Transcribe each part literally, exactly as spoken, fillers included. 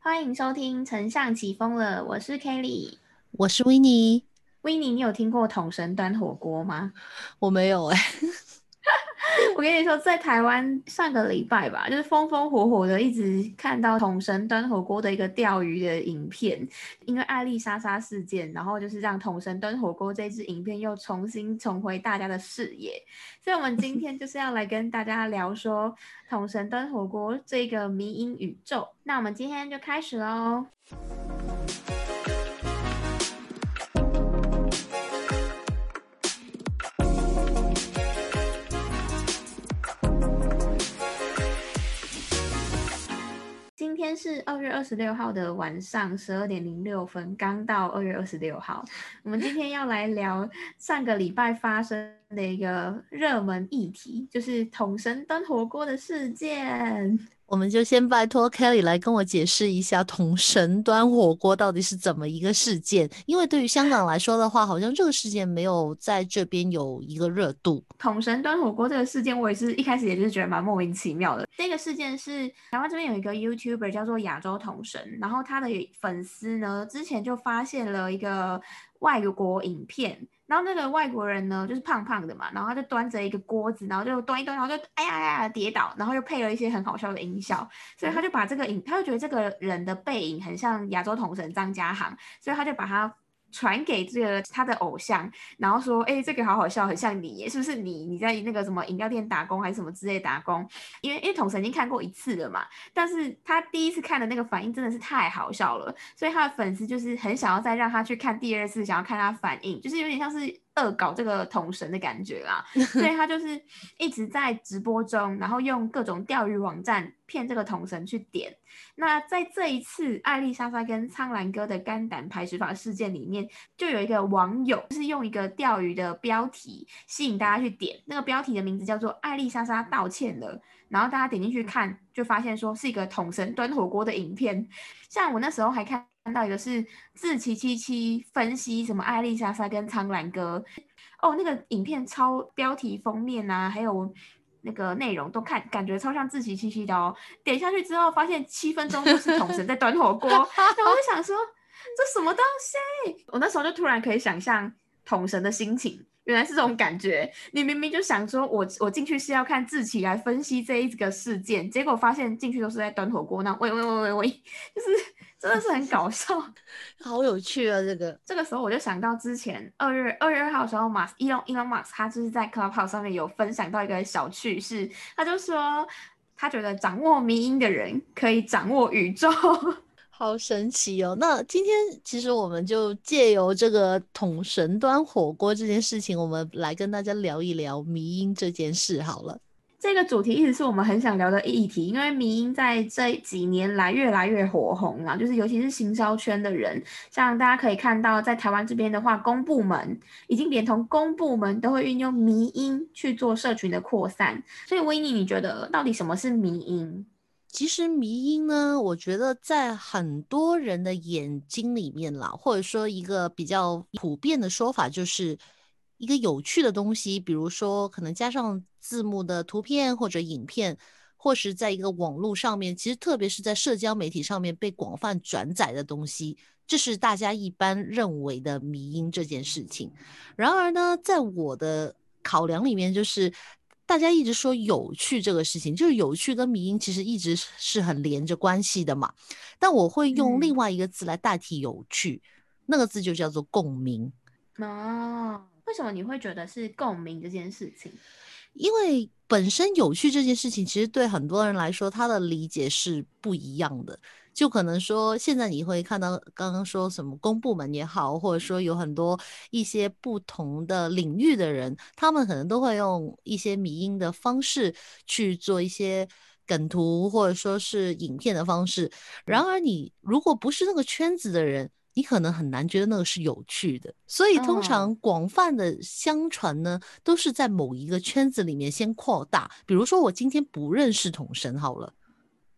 欢迎收听《丞相起风了》，我是 Kelly。 我是维尼。 维尼，你有听过统神端火锅吗？ 我没有哎、 我跟你说，在台湾上个礼拜吧，就是风风火火的，一直看到统神端火锅的一个钓鱼的影片。因为艾丽莎莎事件，然后就是让统神端火锅这支影片又重新重回大家的视野。所以，我们今天就是要来跟大家聊说统神端火锅这个迷因宇宙。那我们今天就开始喽。今天是二月二十六号的晚上十二点零六分，刚到二月二十六号。我们今天要来聊上个礼拜发生的一个热门议题，就是统神端火锅的事件。 我们就先拜托 Kelly 来跟我解释一下统神端火锅到底是怎么一个事件，因为对于香港来说的话，好像这个事件没有在这边有一个热度。 统神端火锅这个事件，我也是一开始也就是觉得蛮莫名其妙的。这个事件是台湾这边有一个 YouTuber 叫做亚洲统神，然后他的粉丝呢之前就发现了一个外国影片，然后那个外国人呢就是胖胖的嘛，然后他就端着一个锅子，然后就端一端，然后就哎呀哎呀跌倒，然后又配了一些很好笑的音效，所以他就把这个影，他就觉得这个人的背影很像亚洲统神张家航，所以他就把他传给这个他的偶像，然后说：“哎、欸，这个好好笑，很像你耶，是不是你？你在那个什么饮料店打工还是什么之类打工？因为因为统神已经看过一次了嘛，但是他第一次看的那个反应真的是太好笑了，所以他的粉丝就是很想要再让他去看第二次，想要看他反应，就是有点像是恶搞这个统神的感觉啦。所以他就是一直在直播中，然后用各种钓鱼网站骗这个统神去点。那在这一次艾丽莎莎跟苍兰哥的肝胆排石法事件里面，就有一个网友就是用一个钓鱼的标题吸引大家去点，那个标题的名字叫做艾丽莎莎道歉了，然后大家点进去看，就发现说是一个统神端火锅的影片。像我那时候还看到一个是志奇七七分析什么艾丽莎莎跟苍兰哥，哦，那个影片超标题封面啊，还有那个内容都看感觉超像志奇七七的哦。点下去之后，发现七分钟就是统神在端火锅，然后我就想说这什么东西？我那时候就突然可以想象统神的心情。原来是这种感觉，你明明就想说我我进去是要看志奇来分析这一个事件，结果发现进去都是在端火锅，那喂喂喂喂喂，就是真的是很搞笑。 好有趣啊！这个这个时候我就想到之前二月二月二号的时候，马斯伊隆伊隆马斯他就是在 Clubhouse 上面有分享到一个小趣事，他就说他觉得掌握迷因的人可以掌握宇宙。 好神奇哦。那今天其实我们就借由这个统神端火锅这件事情，我们来跟大家聊一聊迷因这件事好了。 这个主题一直是我们很想聊的议题，因为迷因在这几年来越来越火红啦，就是尤其是行销圈的人，像大家可以看到，在台湾这边的话，公部门已经连同公部门都会运用迷因去做社群的扩散。所以，维尼，你觉得到底什么是迷因？ 其实迷因呢，我觉得在很多人的眼睛里面啦，或者说一个比较普遍的说法，就是一个有趣的东西，比如说可能加上字幕的图片或者影片，或是在一个网络上面，其实特别是在社交媒体上面被广泛转载的东西，这是大家一般认为的迷因这件事情。然而呢，在我的考量里面，就是大家一直说有趣这个事情，就是有趣跟迷因其实一直是很连着关系的嘛。但我会用另嗯， 外一个字来代替有趣，那个字就叫做共鸣。 哦，为什么你会觉得是共鸣这件事情？ 因为本身有趣这件事情，其实对很多人来说，他的理解是不一样的。就可能说，现在你会看到刚刚说什么公部门也好，或者说有很多一些不同的领域的人，他们可能都会用一些迷因的方式去做一些梗图，或者说是影片的方式。然而，你如果不是那个圈子的人，你可能很难觉得那个是有趣的。所以，通嗯常广泛的相传呢，都是在某一个圈子里面先扩大。比如说，我今天不认识统神好了。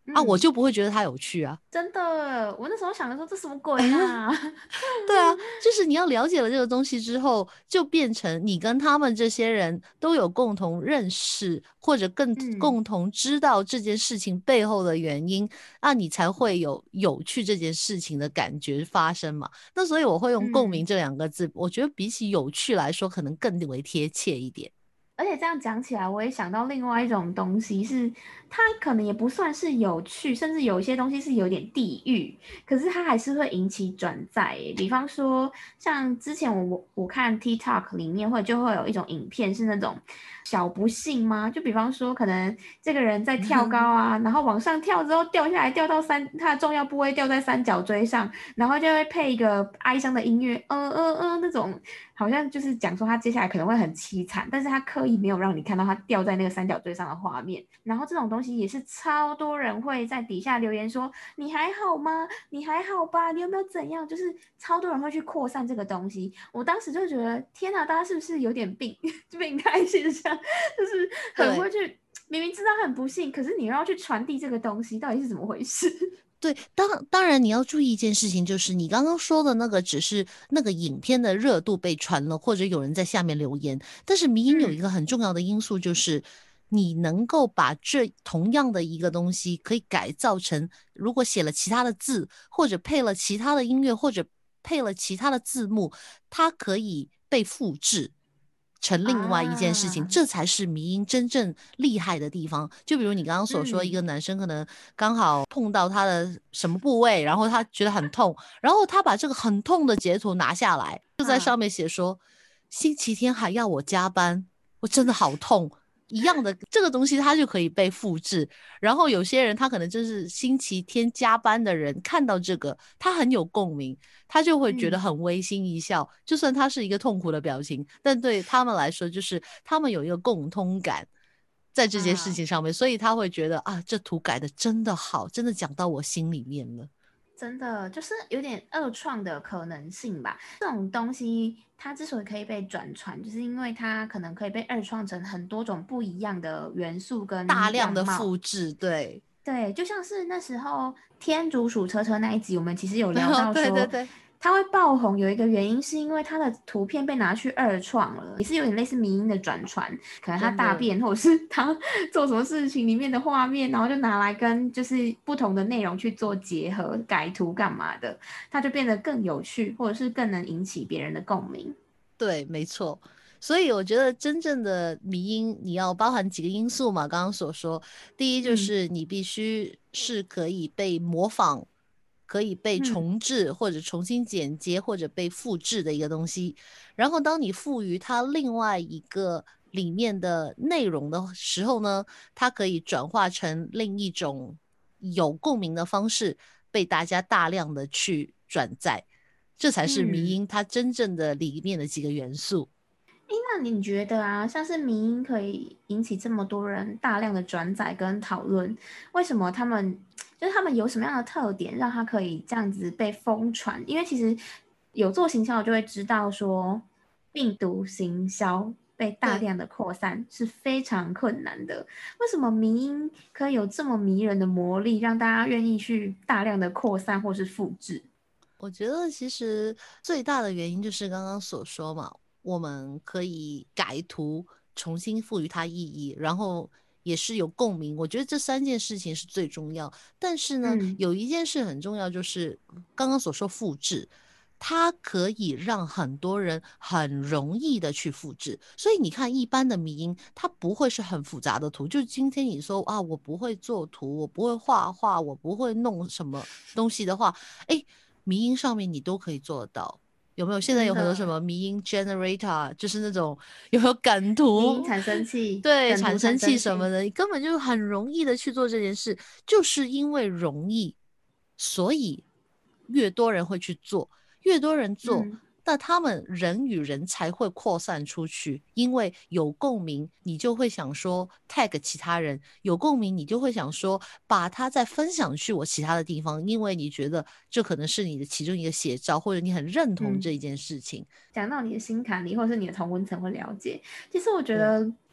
啊，我嗯， 就不会觉得它有趣啊。 真的，我那时候想的说这什么鬼啊？ 对啊，就是你要了解了这个东西之后，就变成你跟他们这些人都有共同认识，或者更嗯共同知道这件事情背后的原因，那你才会有有趣这件事情的感觉发生嘛。那所以我会用共鸣嗯。 这两个字，我觉得比起有趣来说，可能更为贴切一点。 而且这样讲起来，我也想到另外一种东西是，它可能也不算是有趣，甚至有一些东西是有点地狱，可是它还是会引起转载耶。比方说，像之前我我看 TikTok 里面会就会有一种影片是那种小不幸吗？就比方说，可能这个人在跳高啊，然后往上跳之后掉下来，掉到三，他的重要部位掉在三角锥上，然后就会配一个哀伤的音乐，嗯嗯嗯那种。好像就是讲说他接下来可能会很凄惨，但是他刻意没有让你看到他掉在那个三角锥上的画面。然后这种东西也是超多人会在底下留言说：“你还好吗？你还好吧？你有没有怎样？”就是超多人会去扩散这个东西。我当时就觉得，天哪，大家是不是有点病病态现象？就是很对。 会去，明明知道很不幸，可是你又要去传递这个东西，到底是怎么回事？ 对，当当然你要注意一件事情，就是你刚刚说的那个只是那个影片的热度被传了，或者有人在下面留言。但是迷因有一嗯个很重要的因素，就是你能够把这同样的一个东西可以改造成，如果写了其他的字，或者配了其他的音乐，或者配了其他的字幕，它可以被复制。成另外一件事情， 啊， 这才是迷因真正厉害的地方。就比如你刚刚所说，一个嗯男生可能刚好碰到他的什么部位，然后他觉得很痛，然后他把这个很痛的截图拿下来，就在上啊， 面写说：星期天还要我加班，我真的好痛。一样的这个东西，它就可以被复制。然后有些人他可能就是星期天加班的人，看到这个他很有共鸣，他就会觉得嗯。 很微心一笑。就算他是一个痛苦的表情，但对他们来说，就是他们有一个共通感在这件事啊， 情上面，所以他会觉得啊，这图改的真的好，真的讲到我心里面了。 真的就是有点二创的可能性吧。这种东西它之所以可以被转传，就是因为它可能可以被二创成很多种不一样的元素跟大量的样貌。 复制，对。 对，就像是那时候天竺鼠车车那一集，我们其实有聊到说， 对对对。 它会爆红有一个原因是因为它的图片被拿去二创了，也是有点类似迷因的转传，可能它真的。 大便或者是它做什么事情里面的画面，然后就拿来跟就是不同的内容去做结合、改图干嘛的，它就变得更有趣，或者是更能引起别人的共鸣。 对，没错。所以我觉得真正的迷因，你要包含几个因素嘛。刚刚所说，第一就嗯是你必须是可以被模仿、可以被嗯重置或者重新剪接或者被复制的一个东西。然后，当你赋予它另外一个里面的内容的时候呢，它可以转化成另一种有共鸣的方式，被大家大量的去转载。这才是迷嗯。 因它真正的里面的几个元素。 诶，那你觉得啊，像是迷因可以引起这么多人大量的转载跟讨论，为什么他们就是他们有什么样的特点，让它可以这样子被疯传？因为其实有做行销的就会知道说，病毒行销被大对。 量的扩散是非常困难的。为什么迷因可以有这么迷人的魔力，让大家愿意去大量的扩散或是复制？ 我觉得其实最大的原因就是刚刚所说嘛，我们可以改图，重新赋予它意义，然后也是有共鸣。我觉得这三件事情是最重要。但是呢， 嗯有一件事很重要，就是刚刚所说复制。它可以让很多人很容易的去复制，所以你看，一般的迷因，它不会是很复杂的图。就今天你说啊，我不会做图，我不会画画，我不会弄什么东西的话，哎，迷音上面你都可以做得到。有没有？现在有很多什真的， 么迷音 generator，就是那种有没有梗图， 迷因产生器、 对， 梗图产产生器生器。 什么的，你根本就很容易的去做这件事，就是因为容易，所以越多人会去做，越多人做。 嗯。 那他们人与人才会扩散出去，因为有共鸣，你就会想说 tag 其他人，有共鸣，你就会想说把它再分享去我其他的地方，因为你觉得这可能是你的其中一个写照，或者你很认同嗯， 这一件事情。 讲到你的心坎里，或者是你的同温层会了解。其实我觉对。 得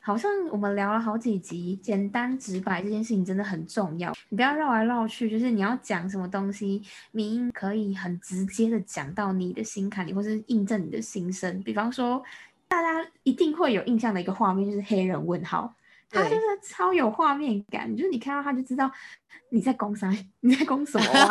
好像我们聊了好几集，简单直白这件事情真的很重要。你不要绕来绕去，就是你要讲什么东西，迷因可以很直接的讲到你的心坎里，或是印证你的心声。比方说，大家一定会有印象的一个画面，就是黑人问号，他就是超有画面感，就是你看到他就知道你在攻啥，你在攻什么啊？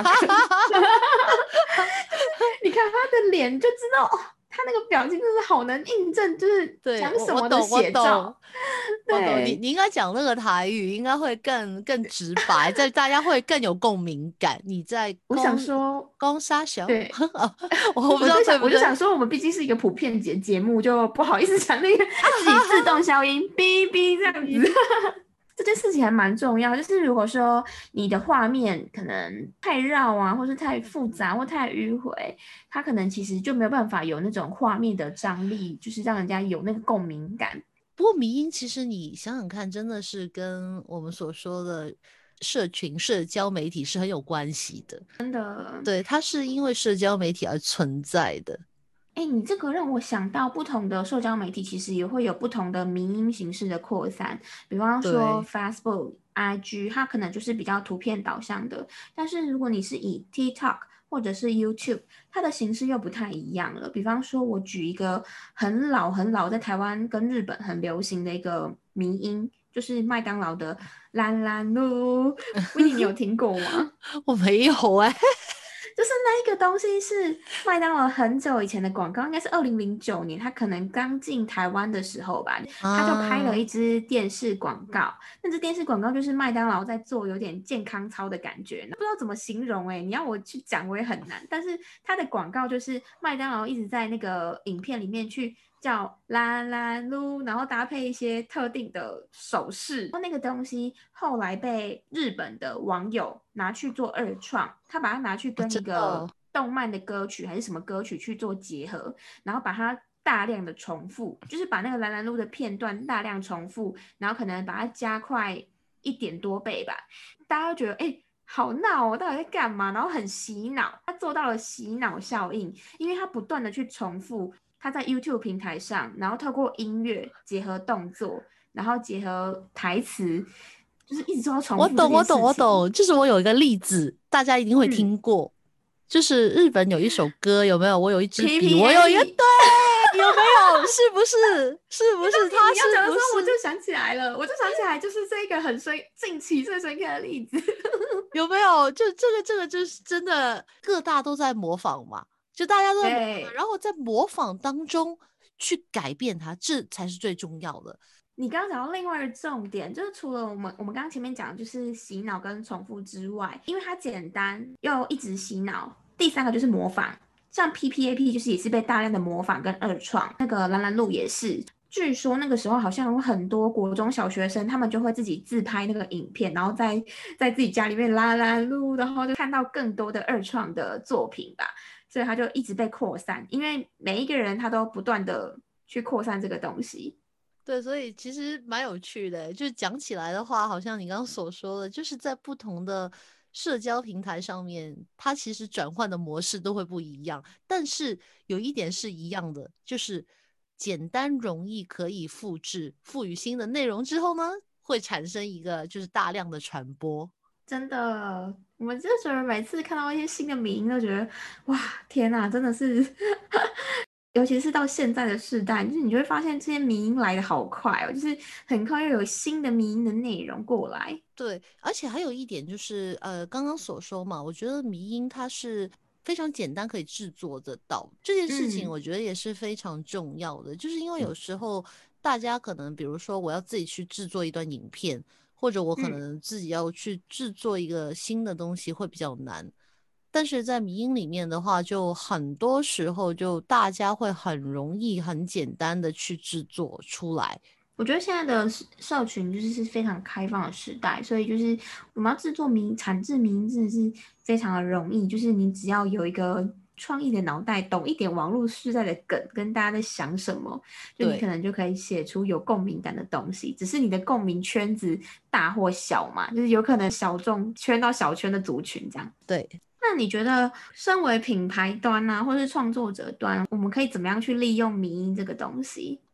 你看他的脸就知道哦。他那个表情真是好能印证，就是讲什么的写照。 我懂你，你应该讲那个台语，应该会更更直白，在大家会更有共鸣感。你在我想说攻沙小， 对， 我不知道对不对。 我就想说，我们毕竟是一个普遍节节目，就不好意思讲那个自己自动消音，哔哔这样子。这件事情还蛮重要，就是如果说你的画面可能太绕啊，或是太复杂或太迂回，它可能其实就没有办法有那种画面的张力，就是让人家有那个共鸣感。 不过迷因其实你想想看，真的是跟我们所说的社群社交媒体是很有关系的， 真的。 对，它是因为社交媒体而存在的。 哎，你这个让我想到，不同的社交媒体其实也会有不同的迷因形式的扩散。比方说 Facebook、I G， 它可能就是比较图片导向的。但是如果你是以 TikTok 或者是 YouTube， 它的形式又不太一样了。比方说，我举一个很老很老，在台湾跟日本很流行的一个迷因，就是麦当劳的蓝蓝路。维尼，你有听过吗？ 我没有哎、欸。 就是那一个东西是麦当劳很久以前的广告，应该是二零零九年，他可能刚进台湾的时候吧，他就拍了一支电视广告。那支电视广告就是麦当劳在做有点健康操的感觉，不知道怎么形容哎、欸，你要我去讲我也很难。但是他的广告就是麦当劳一直在那个影片里面去叫啦啦噜，然后搭配一些特定的手势。那个东西后来被日本的网友拿去做二创，他把它拿去跟一个动漫的歌曲还是什么歌曲去做结合，然后把它大量的重复，就是把那个蓝蓝路的片段大量重复，然后可能把它加快一点多倍吧。大家都觉得哎、欸好闹哦，到底在干嘛？然后很洗脑，他做到了洗脑效应，因为他不断的去重复。他在 YouTube 平台上，然后透过音乐结合动作，然后结合台词，就是一直做到重复这件事情。 我懂，我懂，我懂。就是我有一个例子，大家一定会听过，嗯、就是日本有一首歌，有没有？我有一支笔，我有一个对，有没有？是不是？是不是？他你要讲的时候，我就想起来了，我就想起来，就是这个很深近期最深刻的例子， 有没有？就这个，这个就是真的，各大都在模仿嘛。就大家都在模仿，然后在模仿当中去改变它，这才是最重要的。 你刚刚讲到另外一个重点，就是除了我们我们刚刚前面讲的就是洗脑跟重复之外，因为它简单又一直洗脑，第三个就是模仿，像 P P A P 就是也是被大量的模仿跟二创，那个蓝蓝路也是。据说那个时候好像有很多国中小学生，他们就会自己自拍那个影片，然后在在自己家里面蓝蓝路，然后就看到更多的二创的作品吧。所以他就一直被扩散，因为每一个人他都不断的去扩散这个东西。 对，所以其实蛮有趣的，就讲起来的话，好像你刚刚所说的，就是在不同的社交平台上面，它其实转换的模式都会不一样，但是有一点是一样的，就是简单容易可以复制，赋予新的内容之后呢，会产生一个就是大量的传播。 真的，我们这时候每次看到一些新的迷因都觉得哇天哪，真的是尤其是到现在的世代，就是你就会发现这些迷因来的好快哦，就是很快又有新的迷因的内容过来。 对，而且还有一点就是呃刚刚所说嘛，我觉得迷因它是非常简单可以制作得到，这件事情我觉得也是非常重要的，嗯、就是因为有时候大家可能比如说我要自己去制作一段影片，或者我可能自己要去制作一个新的东西会比较难，但是在迷因里面的话，就很多时候就大家会很容易很简单的去制作出来。 我觉得现在的社群就是是非常开放的时代，所以就是我们要制作迷产制迷因真的是非常的容易，就是你只要有一个创意的脑袋，懂一点网络时代的梗，跟大家在想什么，就你可能就可以写出有共鸣感的东西。只是你的共鸣圈子大或小嘛，就是有可能小众圈到小圈的族群这样。 对。 那你觉得身为品牌端啊，或是创作者端，我们可以怎么样去利用迷因这个东西？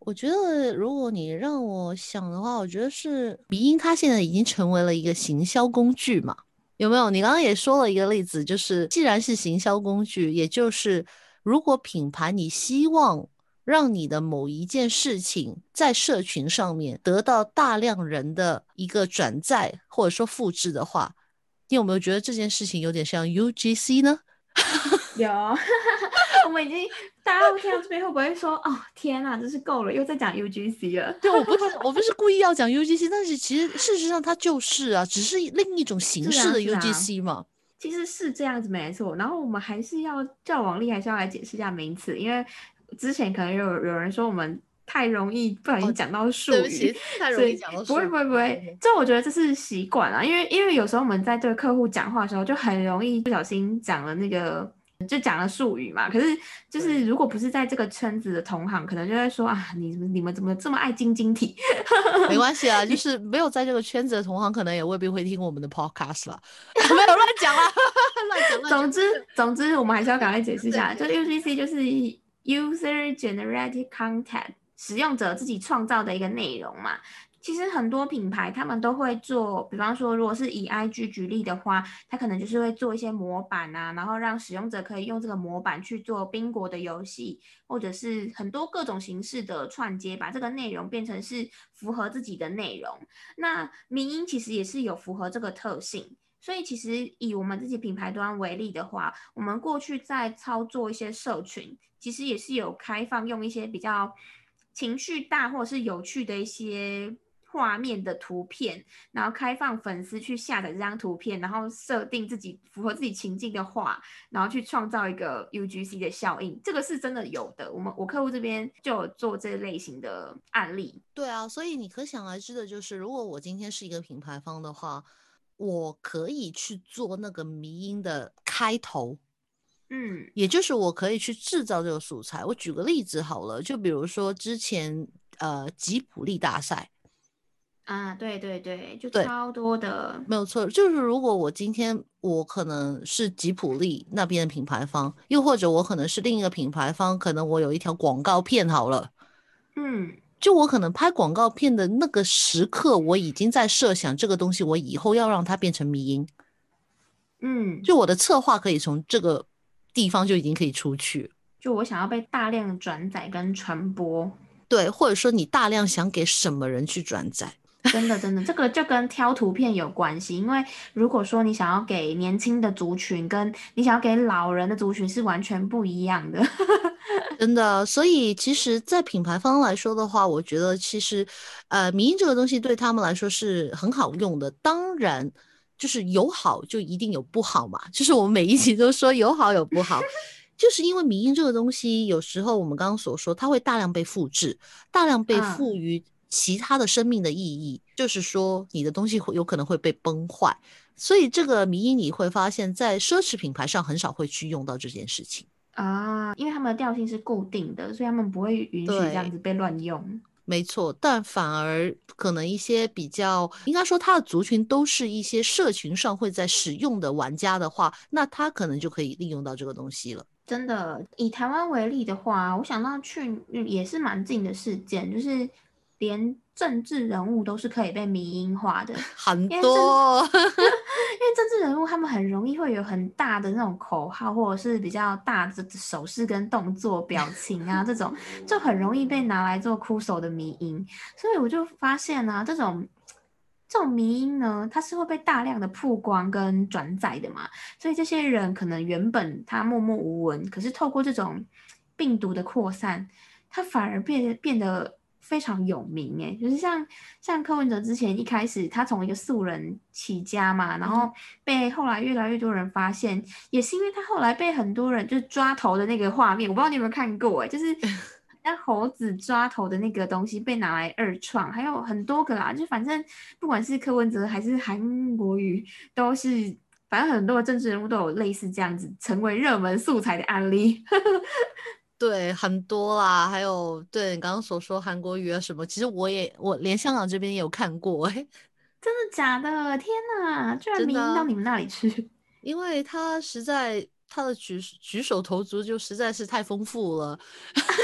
我觉得如果你让我想的话，我觉得是迷因它现在已经成为了一个行销工具嘛，有没有？你刚刚也说了一个例子，就是既然是行销工具，也就是如果品牌你希望让你的某一件事情在社群上面得到大量人的一个转载或者说复制的话，你有没有觉得这件事情有点像 U G C 呢？ 有，我们已经大家会听到这边会不会说哦天哪，真是够了，又在讲 U G C 了？ 对，我不是我不是故意要讲 U G C，但是其实事实上它就是啊，只是另一种形是啊， 式的是啊， U G C 嘛。 其实是这样子没错。然后我们还是要叫王丽，还是要来解释一下名词，因为之前可能有有人说我们太容易不小心哦， 讲到术语， 对不起，太容易所以不会讲到术语。 不会不会，这我觉得这是习惯啊，因为因为有时候我们在对客户讲话的时候，就很容易不小心讲了那个。就讲了术语嘛，可是就是如果不是在这个圈子的同行，可能就会说啊，你你们怎么这么爱晶晶体？ 没关系啊，就是没有在这个圈子的同行，可能也未必会听我们的 podcast 了。没有乱讲啦，乱讲乱讲。 总之，总之，我们还是要赶快解释一下，就对对 U G C 就是 User Generated Content，使用者自己创造的一个内容嘛。其实很多品牌他们都会做，比方说，如果是以 I G 举例的话，它可能就是会做一些模板啊，然后让使用者可以用这个模板去做宾果的游戏，或者是很多各种形式的串接，把这个内容变成是符合自己的内容。那民音其实也是有符合这个特性。所以其实以我们自己品牌端为例的话，我们过去在操作一些社群，其实也是有开放用一些比较情绪大或者是有趣的一些画面的图片，然后开放粉丝去下载这张图片，然后设定自己符合自己情境的画，然后去创造一个 U G C 的效应，这个是真的有的。我们我客户这边就有做这类型的案例。 对啊，所以你可想而知的就是，如果我今天是一个品牌方的话，我可以去做那个迷因的开头， 嗯也就是我可以去制造这个素材。我举个例子好了，就比如说之前呃吉普力大赛， 啊，对对对，就对， 超多的。 没有错，就是如果我今天我可能是吉普力那边的品牌方，又或者我可能是另一个品牌方，可能我有一条广告片好了。 嗯就我可能拍广告片的那个时刻，我已经在设想这个东西，我以后要让它变成迷因。 嗯。 就我的策划可以从这个地方就已经可以出去。 就我想要被大量的转载跟传播， 对，或者说你大量想给什么人去转载。 真的真的，这个就跟挑图片有关系。因为如果说你想要给年轻的族群，跟你想要给老人的族群是完全不一样的。 真的，所以其实，在品牌方来说的话，我觉得其实，呃，迷因这个东西对他们来说是很好用的。当然，就是有好就一定有不好嘛，就是我们每一集都说有好有不好，就是因为迷因这个东西，有时候我们刚刚所说，它会大量被复制，大量被赋嗯予其他的生命的意义，就是说你的东西会有可能会被崩坏。所以这个迷因你会发现在奢侈品牌上很少会去用到这件事情。 啊，因为他们的调性是固定的，所以他们不会允许这样对， 子被乱用。 没错，但反而可能一些比较，应该说他的族群都是一些社群上会在使用的玩家的话，那他可能就可以利用到这个东西了。 真的，以台湾为例的话，我想到去嗯也是蛮近的事件，就是连政治人物都是可以被迷因化的， 很因为政多。 因为政治人物他们很容易会有很大的那种口号，或者是比较大的手势跟动作、表情啊，这种就很容易被拿来做哭手的迷因。所以我就发现啊，这种这种迷因呢，它是会被大量的曝光跟转载的嘛。所以这些人可能原本他默默无闻，可是透过这种病毒的扩散，他反而变变得非常有名诶，就是像像柯文哲之前一开始他从一个素人起家嘛，然后被后来越来越多人发现，也是因为他后来被很多人就是抓头的那个画面，我不知道你有没有看过诶，就是像猴子抓头的那个东西被拿来二创，还有很多个啦，就反正不管是柯文哲还是韩国瑜，都是反正很多的政治人物都有类似这样子成为热门素材的案例。 对，很多啦，还有对你刚刚所说韩国语啊什么，其实我也我连香港这边也有看过。哎， 真的假的？天哪，居然真的啊， 迷音到你们那里去！ 因为他实在他的举举手投足就实在是太丰富了。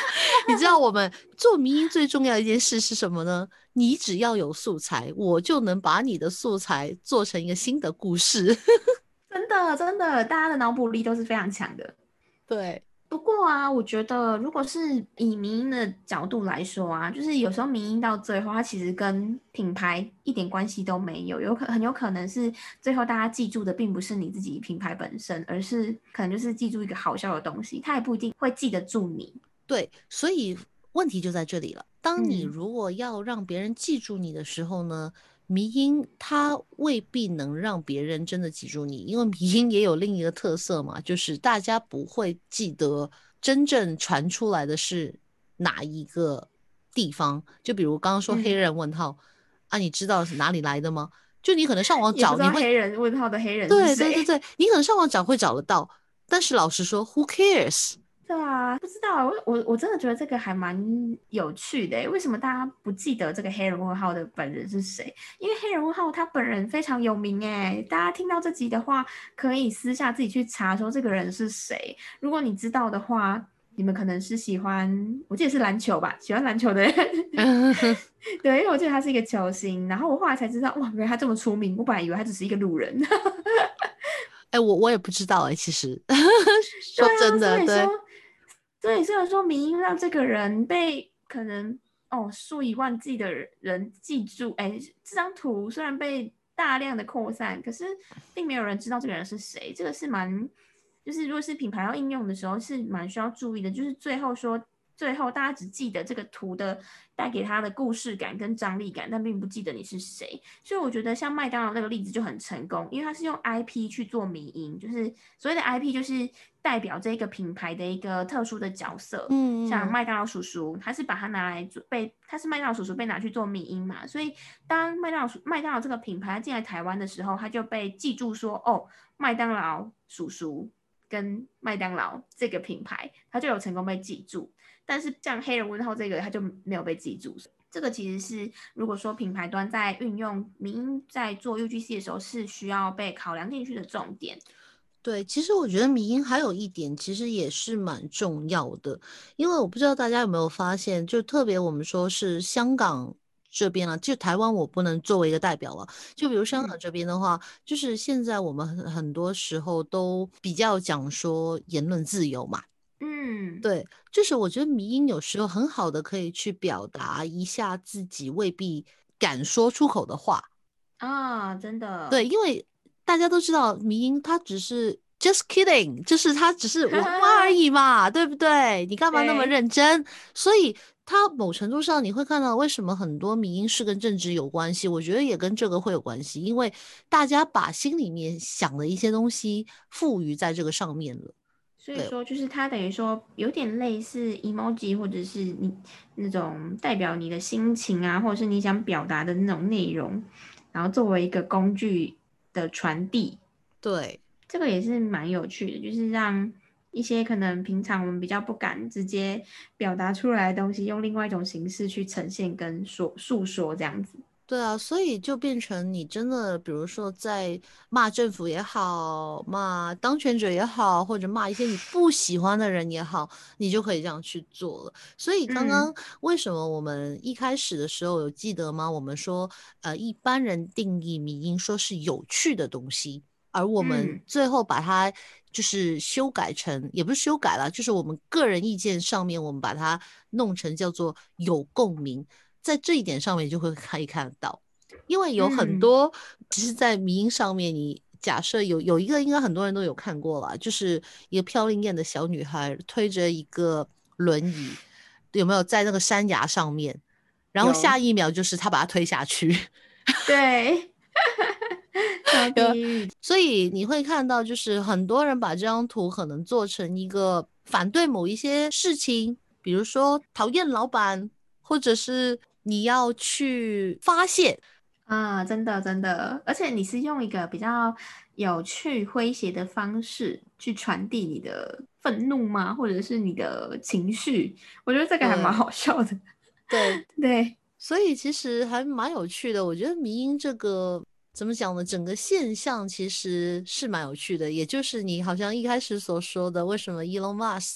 你知道我们做迷因最重要的一件事是什么呢？你只要有素材，我就能把你的素材做成一个新的故事。 真的真的，大家的脑补力都是非常强的。 对， 不过啊，我觉得如果是以民音的角度来说啊，就是有时候民音到最后，它其实跟品牌一点关系都没有，有可很有可能是最后大家记住的并不是你自己品牌本身，而是可能就是记住一个好笑的东西，它也不一定会记得住你。 对，所以问题就在这里了。当你嗯如果要让别人记住你的时候呢，迷音它未必能让别人真的记住你，因为迷音也有另一个特色嘛，就是大家不会记得真正传出来的是哪一个地方。就比如刚刚说黑嗯， 人问号啊，你知道是哪里来的吗？就你可能上网找， 也不知道你会， 黑人问号的黑人是谁。 对对对对，你可能上网找会找得到，但是老实说，who cares？ 对啊，不知道啊，我我我真的觉得这个还蛮有趣的诶，为什么大家不记得这个黑人问号的本人是谁？因为黑人问号他本人非常有名诶，大家听到这集的话，可以私下自己去查说这个人是谁。如果你知道的话，你们可能是喜欢，我记得是篮球吧，喜欢篮球的人。对，因为我记得他是一个球星，然后我后来才知道，哇，原来他这么出名，我本来以为他只是一个路人。 哎，我我也不知道哎，其实对啊， 说真的， 所以说， 对所以虽然说民音让这个人被可能哦数以万计的人记住，哎，这张图虽然被大量的扩散，可是并没有人知道这个人是谁，这个是蛮，就是如果是品牌要应用的时候是蛮需要注意的，就是最后说。最后，大家只记得这个图的带给他的故事感跟张力感，但并不记得你是谁。所以我觉得像麦当劳那个例子就很成功，因为它是用 I P 去做迷因，就是所谓的 I P 就是代表这个品牌的一个特殊的角色。像嗯嗯， 麦当劳叔叔，他是把它拿来做被，他是麦当劳叔叔被拿去做迷因嘛，所以当麦当劳麦当劳这个品牌进来台湾的时候，他就被记住说，哦，麦当劳叔叔跟麦当劳这个品牌，他就有成功被记住。但是像黑人问号这个，他就没有被记住。这个其实是如果说品牌端在运用民音在做 U G C 的时候，是需要被考量进去的重点。 对，其实我觉得迷音还有一点，其实也是蛮重要的，因为我不知道大家有没有发现，就特别我们说是香港这边啊，就台湾我不能作为一个代表了，就比如香港嗯这边的话，就是现在我们很很多时候都比较讲说言论自由嘛。 嗯对，就是我觉得迷音有时候很好的可以去表达一下自己未必敢说出口的话。 啊，真对， 的， 因为大家都知道迷音它只是 just kidding，就是它只是玩玩而已嘛，对不对？你干嘛那么对。 认真？所以它某程度上你会看到为什么很多迷音是跟政治有关系，我觉得也跟这个会有关系，因为大家把心里面想的一些东西赋予在这个上面了。对。 所以说，就是它等于说有点类似 emoji，或者是你那种代表你的心情啊，或者是你想表达的那种内容，然后作为一个工具的传递， 对。 这个也是蛮有趣的，就是让一些可能平常我们比较不敢直接表达出来的东西，用另外一种形式去呈现跟说诉说这样子。 对啊，所以就变成你真的，比如说在骂政府也好，骂当权者也好，或者骂一些你不喜欢的人也好，你就可以这样去做了。所以刚嗯刚为什么我们一开始的时候有记得吗？我们说，呃，一般人定义迷因说是有趣的东西，而我们嗯最后把它就是修改成，也不是修改了，就是我们个人意见上面，我们把它弄成叫做有共鸣。在这一点上面就会可以看得到，因为有很嗯， 多，其实，在迷音上面，你假设有有一个，应该很多人都有看过了，就是一个飘零艳的小女孩推着一个轮椅，有没有在那个山崖上面？然后下有， 一秒就是她把她推下去， 对，超有地狱。 所以你会看到，就是很多人把这张图可能做成一个反对某一些事情，比如说讨厌老板，或者是你要去发泄。 啊，真的真的，而且你是用一个比较有趣诙谐的方式去传递你的愤怒吗？或者是你的情绪？我觉得这个还蛮对好笑的。 对， 对， 所以其实还蛮有趣的。我觉得迷音这个怎么讲呢？整个现象其实是蛮有趣的。也就是你好像一开始所说的，为什么 Elon Musk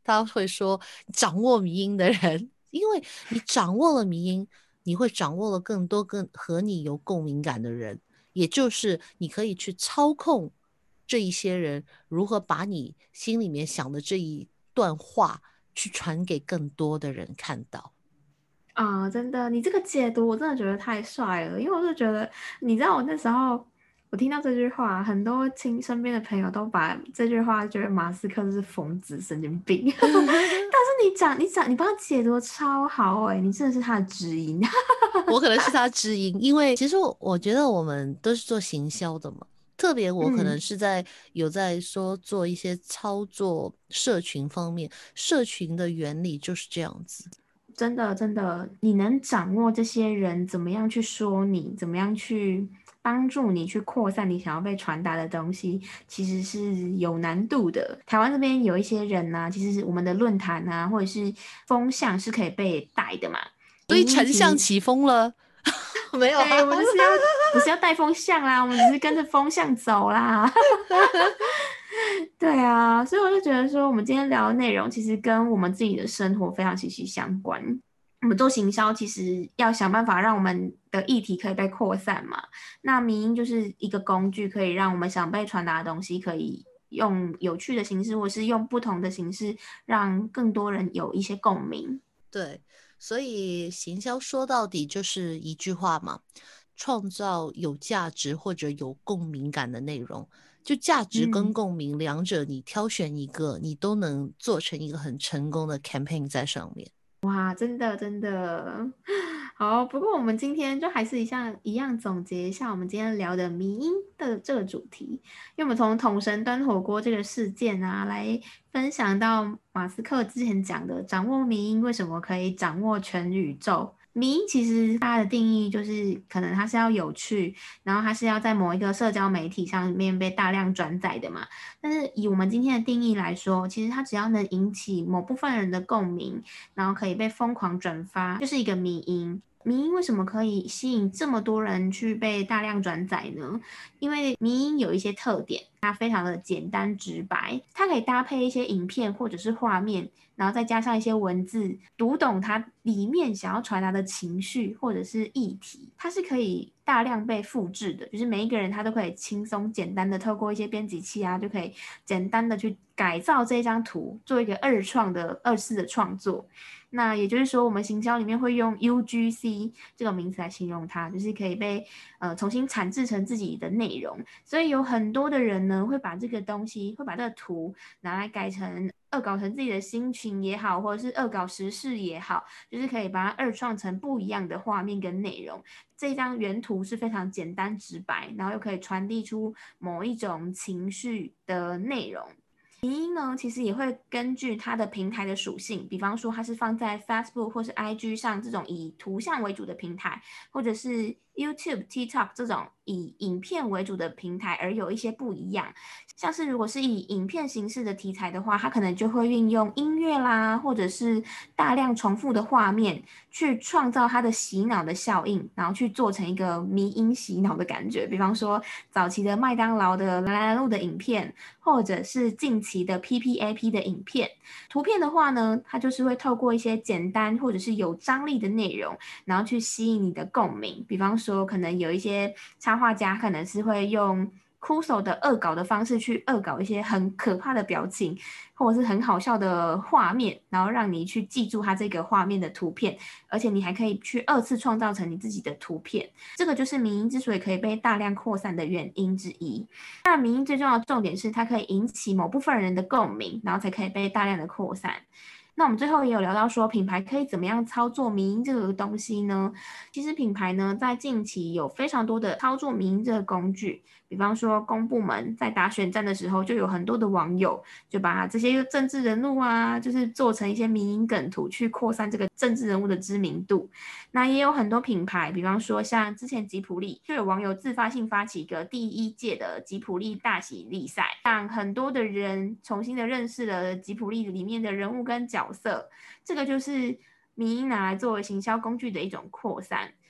他会说掌握迷因的人，因为你掌握了迷因，你会掌握了更多更和你有共鸣感的人，也就是你可以去操控这一些人如何把你心里面想的这一段话去传给更多的人看到。 啊，真的，你这个解读我真的觉得太帅了，因为我就觉得，你知道我那时候我听到这句话，很多亲身边的朋友都把这句话觉得马斯克是疯子、神经病，但是你讲你讲你帮他解读得超好哎、你真的是他的知音。 我可能是他知音，因为其实我我觉得我们都是做行销的嘛，特别我可能嗯， 是在有在说做一些操作社群方面，社群的原理就是这样子。 真的真的，你能掌握这些人怎么样去说你，怎么样去帮助你去扩散你想要被传达的东西，其实是有难度的。台湾这边有一些人呢、其实是我们的论坛啊，或者是风向是可以被带的嘛。 所以原因其实， 丞相起风了，没有哎， 啊？ 我们就是要不是要带风向啦，我们只是跟着风向走啦。对啊，所以我就觉得说，我们今天聊的内容其实跟我们自己的生活非常息息相关。我们做行销，其实要想办法让我们的议题可以被扩散嘛。那迷因就是一个工具，可以让我们想被传达的东西，可以用有趣的形式，或是用不同的形式，让更多人有一些共鸣。 对，所以行销说到底就是一句话嘛，创造有价值或者有共鸣感的内容。就价值跟嗯。 共鸣两者，你挑选一个，你都能做成一个很成功的 campaign 在上面。 哇，真的真的好。不过我们今天就还是一样一样总结一下我们今天聊的迷因的这个主题，因为我们从统神端火锅这个事件啊，来分享到马斯克之前讲的掌握迷因为什么可以掌握全宇宙。迷因其实它的定义就是，可能它是要有趣，然后它是要在某一个社交媒体上面被大量转载的嘛。但是以我们今天的定义来说，其实它只要能引起某部分人的共鸣，然后可以被疯狂转发，就是一个迷因。迷因为什么可以吸引这么多人去被大量转载呢？因为迷因有一些特点，它非常的简单直白，它可以搭配一些影片或者是画面，然后再加上一些文字，读懂它里面想要传达的情绪或者是议题，它是可以大量被复制的，就是每一个人他都可以轻松简单的透过一些编辑器啊，就可以简单的去改造这张图，做一个二创的二次的创作。那也就是说，我们行销里面会用 U G C 这个名词来形容它，就是可以被呃重新产制成自己的内容。所以有很多的人呢，会把这个东西，会把这个图拿来改成恶搞成自己的心情也好，或者是恶搞时事也好，就是可以把它二创成不一样的画面跟内容。这张原图是非常简单直白，然后又可以传递出某一种情绪的内容。迷因呢，其实也会根据它的平台的属性，比方说它是放在 Facebook 或是 I G 上这种以图像为主的平台，或者是 YouTube、TikTok 这种以影片为主的平台，而有一些不一样。像是如果是以影片形式的题材的话，它可能就会运用音乐啦，或者是大量重复的画面，去创造它的洗脑的效应，然后去做成一个迷因洗脑的感觉。比方说早期的麦当劳的来来路的影片，或者是近期的 P P A P 的影片。图片的话呢，它就是会透过一些简单或者是有张力的内容，然后去吸引你的共鸣。比方说，可能有一些插画家可能是会用酷手的恶搞的方式去恶搞一些很可怕的表情，或者是很好笑的画面，然后让你去记住它这个画面的图片，而且你还可以去二次创造成你自己的图片。这个就是迷因之所以可以被大量扩散的原因之一。那迷因最重要的重点是它可以引起某部分人的共鸣，然后才可以被大量的扩散。那我们最后也有聊到说，品牌可以怎么样操作迷因这个东西呢？其实品牌呢，在近期有非常多的操作迷因这个工具，比方说公部门在打选战的时候，就有很多的网友就把这些政治人物啊，就是做成一些迷因梗图，去扩散这个政治人物的知名度。那也有很多品牌，比方说像之前吉普力就有网友自发性发起一个第一届的吉普力大喜利赛，让很多的人重新的认识了吉普力里面的人物跟角色。这个就是迷因拿来作为行销工具的一种扩散。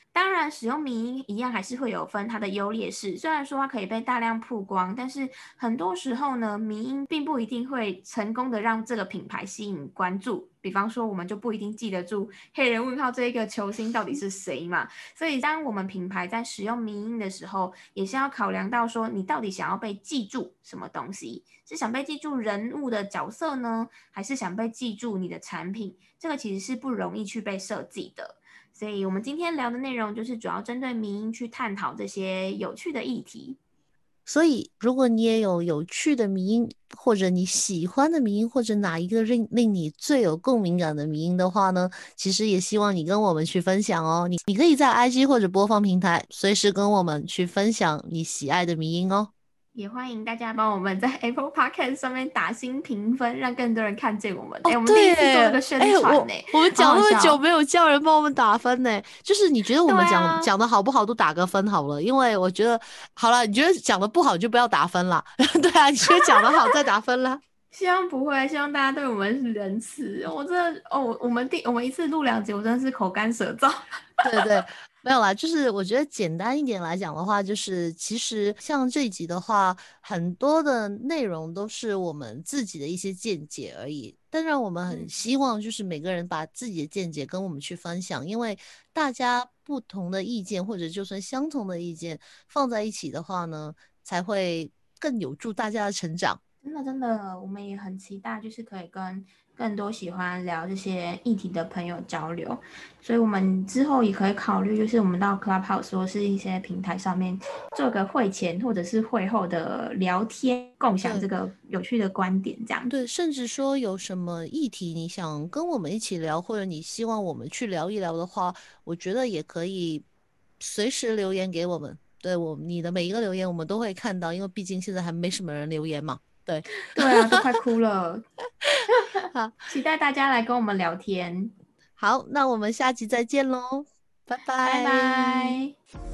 当然，使用迷因一样还是会有分它的优劣势。虽然说它可以被大量曝光，但是很多时候呢，迷因并不一定会成功的让这个品牌吸引关注。比方说，我们就不一定记得住黑人问号这一个球星到底是谁嘛。所以，当我们品牌在使用迷因的时候，也是要考量到说，你到底想要被记住什么东西？是想被记住人物的角色呢，还是想被记住你的产品？这个其实是不容易去被设计的。所以我们今天聊的内容就是主要针对迷因去探讨这些有趣的议题。 所以，如果你也有有趣的迷因，或者你喜欢的迷因，或者哪一个令令你最有共鸣感的迷因的话呢，其实也希望你跟我们去分享哦。你你可以在 I G 或者播放平台随时跟我们去分享你喜爱的迷因哦。 也欢迎大家帮我们在 Apple Podcast 上面打新评分，让更多人看见我们。哎、 哦， 欸，我们第对一次做这耶， 个宣哎，我传呢， 我们好好讲那么久笑。 没有叫人帮我们打分呢，就是你觉得我对们讲啊， 讲的好不好都打个分好了，因为我觉得好了，你觉得讲的不好就不要打分啦。对啊，你觉得讲的好再打分啦。 希望不会，希望大家对我们是仁慈。我真的哦，我们第我们一次录两集，我真的是口干舌燥。 对对，没有啦，就是我觉得简单一点来讲的话，就是其实像这一集的话，很多的内容都是我们自己的一些见解而已。但让我们很希望就是每个人把自己的见解跟我们去分享，因为大家不同的意见或者就算相同的意见放在一起的话呢，才会更有助大家的成长。 真的真的，我们也很期待，就是可以跟更多喜欢聊这些议题的朋友交流，所以我们之后也可以考虑，就是我们到 Clubhouse 或是一些平台上面做个会前或者是会后的聊天，共享这个有趣的观点，这样子。 对，甚至说有什么议题你想跟我们一起聊，或者你希望我们去聊一聊的话，我觉得也可以随时留言给我们。对，我你的每一个留言我们都会看到，因为毕竟现在还没什么人留言嘛。对， 对啊，都快哭了。 好， 期待大家来跟我们聊天， 好，那我们下集再见喽，拜拜拜。 拜。